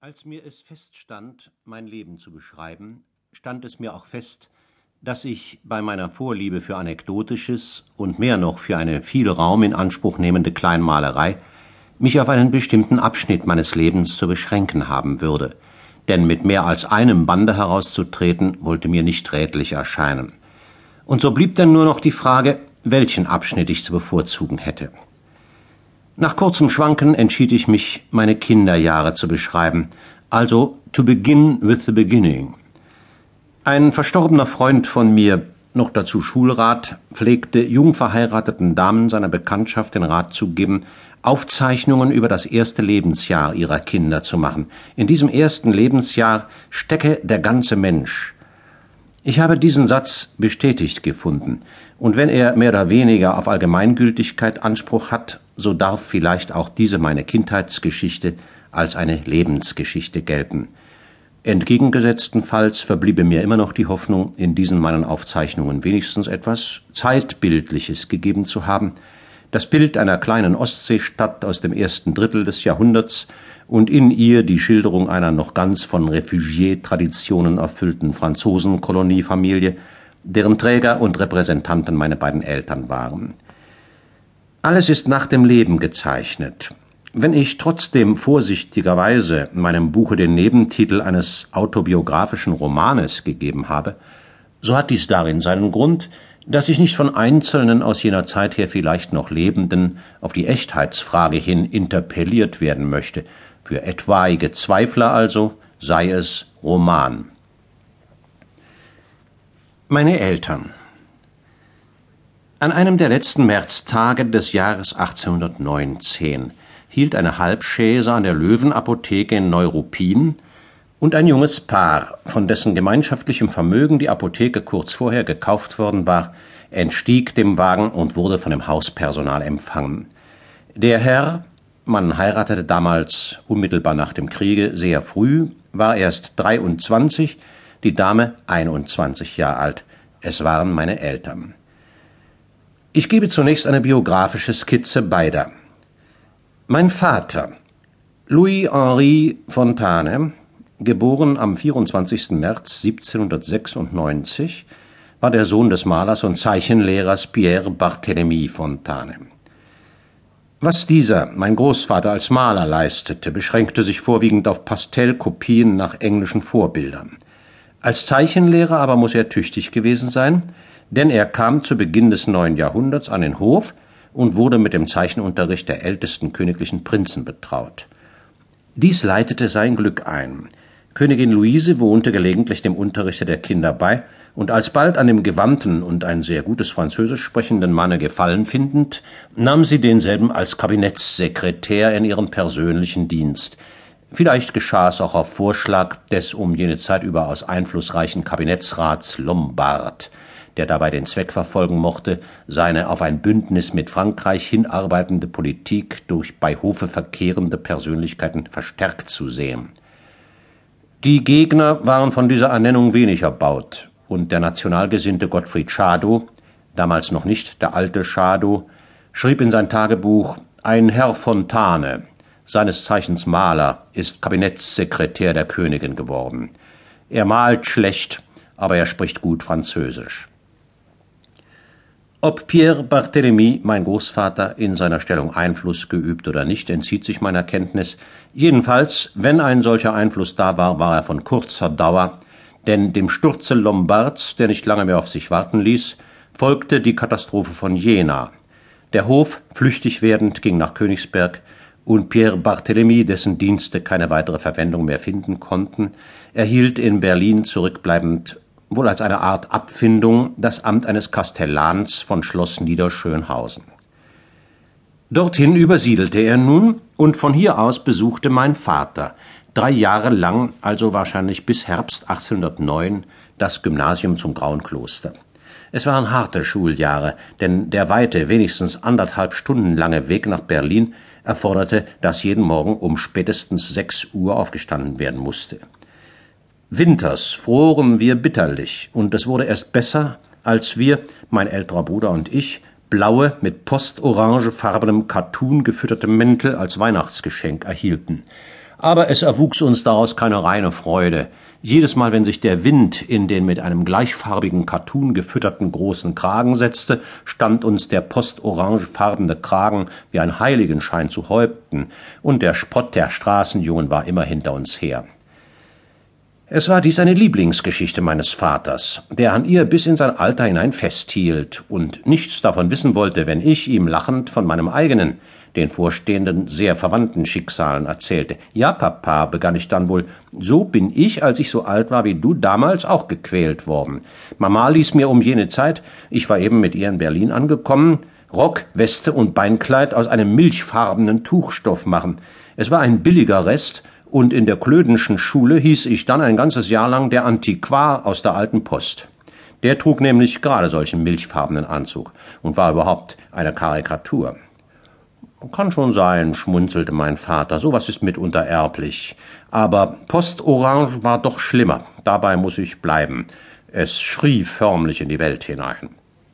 Als mir es feststand, mein Leben zu beschreiben, stand es mir auch fest, dass ich bei meiner Vorliebe für Anekdotisches und mehr noch für eine viel Raum in Anspruch nehmende Kleinmalerei mich auf einen bestimmten Abschnitt meines Lebens zu beschränken haben würde, denn mit mehr als einem Bande herauszutreten, wollte mir nicht rätlich erscheinen. Und so blieb dann nur noch die Frage, welchen Abschnitt ich zu bevorzugen hätte. Nach kurzem Schwanken entschied ich mich, meine Kinderjahre zu beschreiben, also to begin with the beginning. Ein verstorbener Freund von mir, noch dazu Schulrat, pflegte jung verheirateten Damen seiner Bekanntschaft den Rat zu geben, Aufzeichnungen über das erste Lebensjahr ihrer Kinder zu machen. In diesem ersten Lebensjahr stecke der ganze Mensch. Ich habe diesen Satz bestätigt gefunden, und wenn er mehr oder weniger auf Allgemeingültigkeit Anspruch hat, so darf vielleicht auch diese meine Kindheitsgeschichte als eine Lebensgeschichte gelten. Entgegengesetztenfalls verbliebe mir immer noch die Hoffnung, in diesen meinen Aufzeichnungen wenigstens etwas Zeitbildliches gegeben zu haben, das Bild einer kleinen Ostseestadt aus dem ersten Drittel des Jahrhunderts und in ihr die Schilderung einer noch ganz von Refugié-Traditionen erfüllten Franzosenkoloniefamilie, deren Träger und Repräsentanten meine beiden Eltern waren. Alles ist nach dem Leben gezeichnet. Wenn ich trotzdem vorsichtigerweise meinem Buche den Nebentitel eines autobiografischen Romanes gegeben habe, so hat dies darin seinen Grund, dass ich nicht von Einzelnen aus jener Zeit her vielleicht noch Lebenden auf die Echtheitsfrage hin interpelliert werden möchte. Für etwaige Zweifler also sei es Roman. Meine Eltern. An einem der letzten Märztage des Jahres 1819 hielt eine Halbchaise an der Löwenapotheke in Neuruppin und ein junges Paar, von dessen gemeinschaftlichem Vermögen die Apotheke kurz vorher gekauft worden war, entstieg dem Wagen und wurde von dem Hauspersonal empfangen. Der Herr, man heiratete damals unmittelbar nach dem Kriege sehr früh, war erst 23, die Dame 21 Jahre alt. Es waren meine Eltern. Ich gebe zunächst eine biografische Skizze beider. Mein Vater, Louis-Henri Fontane, geboren am 24. März 1796, war der Sohn des Malers und Zeichenlehrers Pierre Barthélemy Fontane. Was dieser, mein Großvater, als Maler leistete, beschränkte sich vorwiegend auf Pastellkopien nach englischen Vorbildern. Als Zeichenlehrer aber muss er tüchtig gewesen sein, denn er kam zu Beginn des neuen Jahrhunderts an den Hof und wurde mit dem Zeichenunterricht der ältesten königlichen Prinzen betraut. Dies leitete sein Glück ein. Königin Luise wohnte gelegentlich dem Unterrichte der Kinder bei, und alsbald an dem gewandten und ein sehr gutes Französisch sprechenden Manne Gefallen findend, nahm sie denselben als Kabinettssekretär in ihren persönlichen Dienst. Vielleicht geschah es auch auf Vorschlag des um jene Zeit überaus einflussreichen Kabinettsrats Lombard, der dabei den Zweck verfolgen mochte, seine auf ein Bündnis mit Frankreich hinarbeitende Politik durch bei Hofe verkehrende Persönlichkeiten verstärkt zu sehen. Die Gegner waren von dieser Ernennung wenig erbaut, und der nationalgesinnte Gottfried Schadow, damals noch nicht der alte Schadow, schrieb in sein Tagebuch: Ein Herr Fontane, seines Zeichens Maler, ist Kabinettssekretär der Königin geworden. Er malt schlecht, aber er spricht gut Französisch. Ob Pierre Barthélemy, mein Großvater, in seiner Stellung Einfluss geübt oder nicht, entzieht sich meiner Kenntnis. Jedenfalls, wenn ein solcher Einfluss da war, war er von kurzer Dauer, denn dem Sturze Lombards, der nicht lange mehr auf sich warten ließ, folgte die Katastrophe von Jena. Der Hof, flüchtig werdend, ging nach Königsberg, und Pierre Barthélemy, dessen Dienste keine weitere Verwendung mehr finden konnten, erhielt in Berlin zurückbleibend, wohl als eine Art Abfindung, das Amt eines Kastellans von Schloss Niederschönhausen. Dorthin übersiedelte er nun, und von hier aus besuchte mein Vater 3 Jahre lang, also wahrscheinlich bis Herbst 1809, das Gymnasium zum Grauen Kloster. Es waren harte Schuljahre, denn der weite, wenigstens 1,5 Stunden lange Weg nach Berlin erforderte, dass jeden Morgen um spätestens 6 Uhr aufgestanden werden musste. Winters froren wir bitterlich, und es wurde erst besser, als wir, mein älterer Bruder und ich, blaue, mit postorangefarbenem Kattun gefütterte Mäntel als Weihnachtsgeschenk erhielten. Aber es erwuchs uns daraus keine reine Freude. Jedes Mal, wenn sich der Wind in den mit einem gleichfarbigen Kattun gefütterten großen Kragen setzte, stand uns der postorangefarbene Kragen wie ein Heiligenschein zu Häupten, und der Spott der Straßenjungen war immer hinter uns her. Es war dies eine Lieblingsgeschichte meines Vaters, der an ihr bis in sein Alter hinein festhielt und nichts davon wissen wollte, wenn ich ihm lachend von meinem eigenen, den vorstehenden, sehr verwandten Schicksalen erzählte. »Ja, Papa«, begann ich dann wohl, »so bin ich, als ich so alt war wie du, damals auch gequält worden. Mama ließ mir um jene Zeit, ich war eben mit ihr in Berlin angekommen, Rock, Weste und Beinkleid aus einem milchfarbenen Tuchstoff machen. Es war ein billiger Rest, und in der Klödenschen Schule hieß ich dann ein ganzes Jahr lang der Antiquar aus der alten Post. Der trug nämlich gerade solchen milchfarbenen Anzug und war überhaupt eine Karikatur.« »Kann schon sein«, schmunzelte mein Vater, »sowas ist mitunter erblich. Aber Postorange war doch schlimmer, dabei muss ich bleiben. Es schrie förmlich in die Welt hinein.«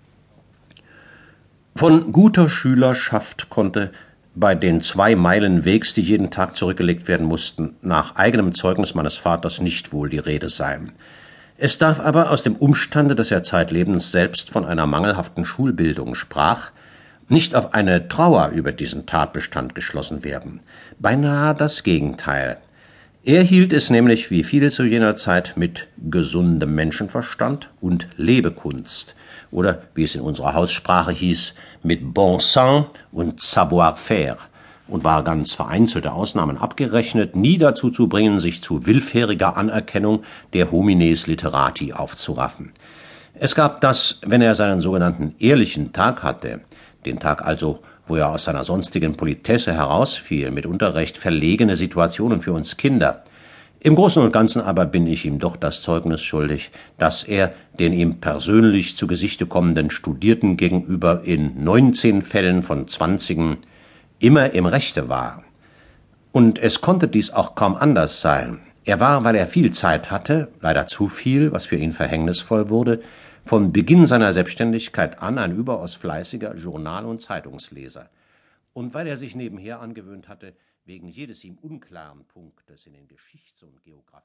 Von guter Schülerschaft konnte bei den 2 Meilen Wegs, die jeden Tag zurückgelegt werden mussten, nach eigenem Zeugnis meines Vaters nicht wohl die Rede sein. Es darf aber aus dem Umstande, dass er zeitlebens selbst von einer mangelhaften Schulbildung sprach, nicht auf eine Trauer über diesen Tatbestand geschlossen werden. Beinahe das Gegenteil. Er hielt es nämlich, wie viele zu jener Zeit, mit gesundem Menschenverstand und Lebekunst, oder wie es in unserer Haussprache hieß, mit Bon Sens und Savoir-faire, und war ganz vereinzelte Ausnahmen abgerechnet, nie dazu zu bringen, sich zu willfähriger Anerkennung der Homines Literati aufzuraffen. Es gab das, wenn er seinen sogenannten ehrlichen Tag hatte, den Tag also, wo er aus seiner sonstigen Politesse herausfiel, mitunter recht verlegene Situationen für uns Kinder. Im Großen und Ganzen aber bin ich ihm doch das Zeugnis schuldig, dass er den ihm persönlich zu Gesichte kommenden Studierten gegenüber in 19 Fällen von 20 immer im Rechte war. Und es konnte dies auch kaum anders sein. Er war, weil er viel Zeit hatte, leider zu viel, was für ihn verhängnisvoll wurde, von Beginn seiner Selbstständigkeit an ein überaus fleißiger Journal- und Zeitungsleser. Und weil er sich nebenher angewöhnt hatte, wegen jedes ihm unklaren Punktes in den Geschichts- und Geographie